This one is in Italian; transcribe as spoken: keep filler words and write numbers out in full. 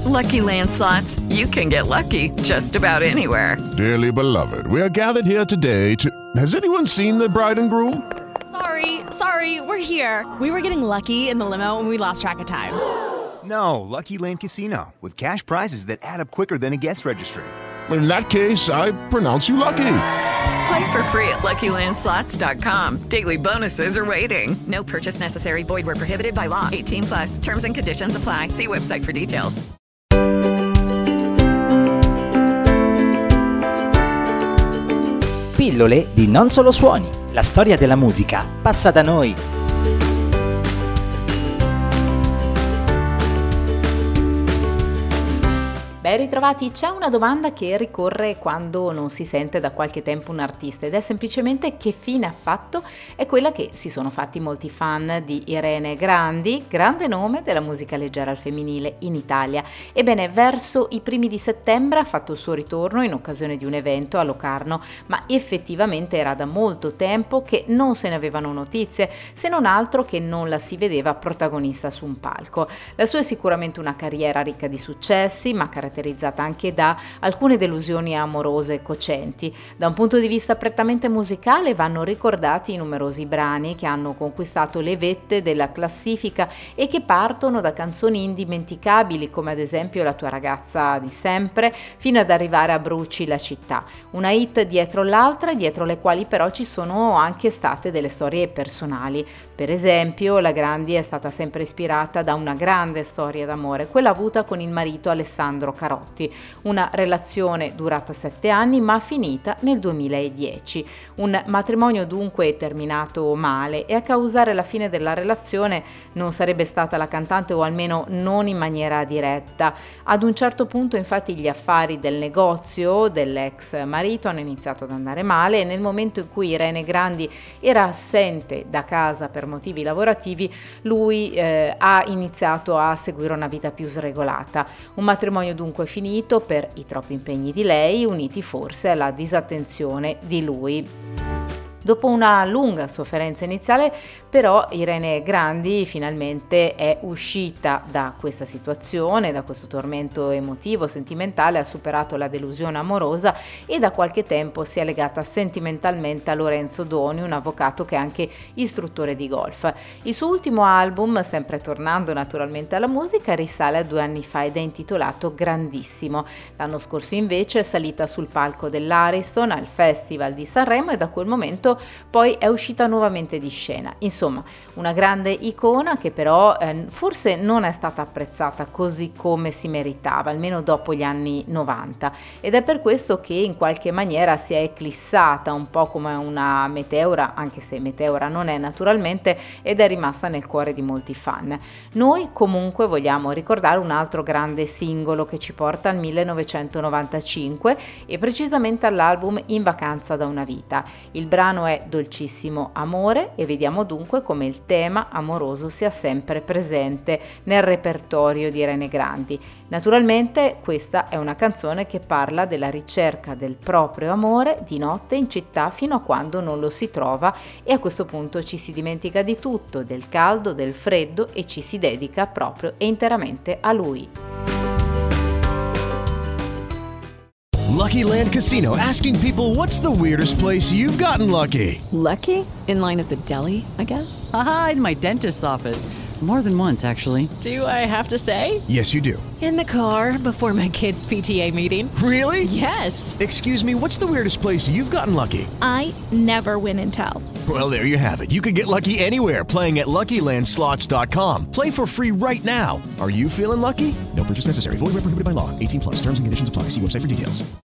Lucky Land Slots, you can get lucky just about anywhere. Dearly beloved, we are gathered here today to... Has anyone seen the bride and groom? Sorry, sorry, we're here. We were getting lucky in the limo and we lost track of time. No, Lucky Land Casino, with cash prizes that add up quicker than a guest registry. In that case, I pronounce you lucky. Play for free at Lucky Land Slots dot com. Daily bonuses are waiting. No purchase necessary. Void where prohibited by law. eighteen plus. Terms and conditions apply. See website for details. Pillole di Non Solo Suoni. La storia della musica passa da noi. Ben ritrovati, c'è una domanda che ricorre quando non si sente da qualche tempo un artista ed è semplicemente che fine ha fatto. È quella che si sono fatti molti fan di Irene Grandi, grande nome della musica leggera al femminile in Italia. Ebbene, verso i primi di settembre ha fatto il suo ritorno in occasione di un evento a Locarno, ma effettivamente era da molto tempo che non se ne avevano notizie, se non altro che non la si vedeva protagonista su un palco. La sua è sicuramente una carriera ricca di successi, ma caratterizzata anche da alcune delusioni amorose cocenti. Da un punto di vista prettamente musicale vanno ricordati i numerosi brani che hanno conquistato le vette della classifica e che partono da canzoni indimenticabili come ad esempio La tua ragazza di sempre fino ad arrivare a Bruci la città, una hit dietro l'altra, dietro le quali però ci sono anche state delle storie personali. Per esempio la Grandi è stata sempre ispirata da una grande storia d'amore, quella avuta con il marito Alessandro Carotti, una relazione durata sette anni ma finita nel duemiladieci. Un matrimonio dunque terminato male e a causare la fine della relazione non sarebbe stata la cantante, o almeno non in maniera diretta. Ad un certo punto infatti gli affari del negozio dell'ex marito hanno iniziato ad andare male e nel momento in cui Irene Grandi era assente da casa per motivi lavorativi lui eh, ha iniziato a seguire una vita più sregolata. Un matrimonio dunque finito per i troppi impegni di lei, uniti forse alla disattenzione di lui. Dopo una lunga sofferenza iniziale, però, Irene Grandi finalmente è uscita da questa situazione, da questo tormento emotivo, sentimentale, ha superato la delusione amorosa e da qualche tempo si è legata sentimentalmente a Lorenzo Doni, un avvocato che è anche istruttore di golf. Il suo ultimo album, sempre tornando naturalmente alla musica, risale a due anni fa ed è intitolato Grandissimo. L'anno scorso invece è salita sul palco dell'Ariston al Festival di Sanremo e da quel momento poi è uscita nuovamente di scena. Insomma, una grande icona che però eh, forse non è stata apprezzata così come si meritava, almeno dopo gli anni novanta, ed è per questo che in qualche maniera si è eclissata un po' come una meteora, anche se meteora non è naturalmente, ed è rimasta nel cuore di molti fan. Noi comunque vogliamo ricordare un altro grande singolo che ci porta al millenovecentonovantacinque e precisamente all'album In vacanza da una vita. Il brano è Dolcissimo amore e vediamo dunque come il tema amoroso sia sempre presente nel repertorio di Irene Grandi. Naturalmente questa è una canzone che parla della ricerca del proprio amore di notte in città fino a quando non lo si trova e a questo punto ci si dimentica di tutto, del caldo, del freddo e ci si dedica proprio e interamente a lui. Lucky Land Casino, asking people, what's the weirdest place you've gotten lucky? Lucky? In line at the deli, I guess? Aha, in my dentist's office. More than once, actually. Do I have to say? Yes, you do. In the car before my kids' P T A meeting. Really? Yes. Excuse me, what's the weirdest place you've gotten lucky? I never win and tell. Well, there you have it. You can get lucky anywhere, playing at Lucky Land Slots dot com. Play for free right now. Are you feeling lucky? No purchase necessary. Void where prohibited by law. eighteen plus. Terms and conditions apply. See website for details.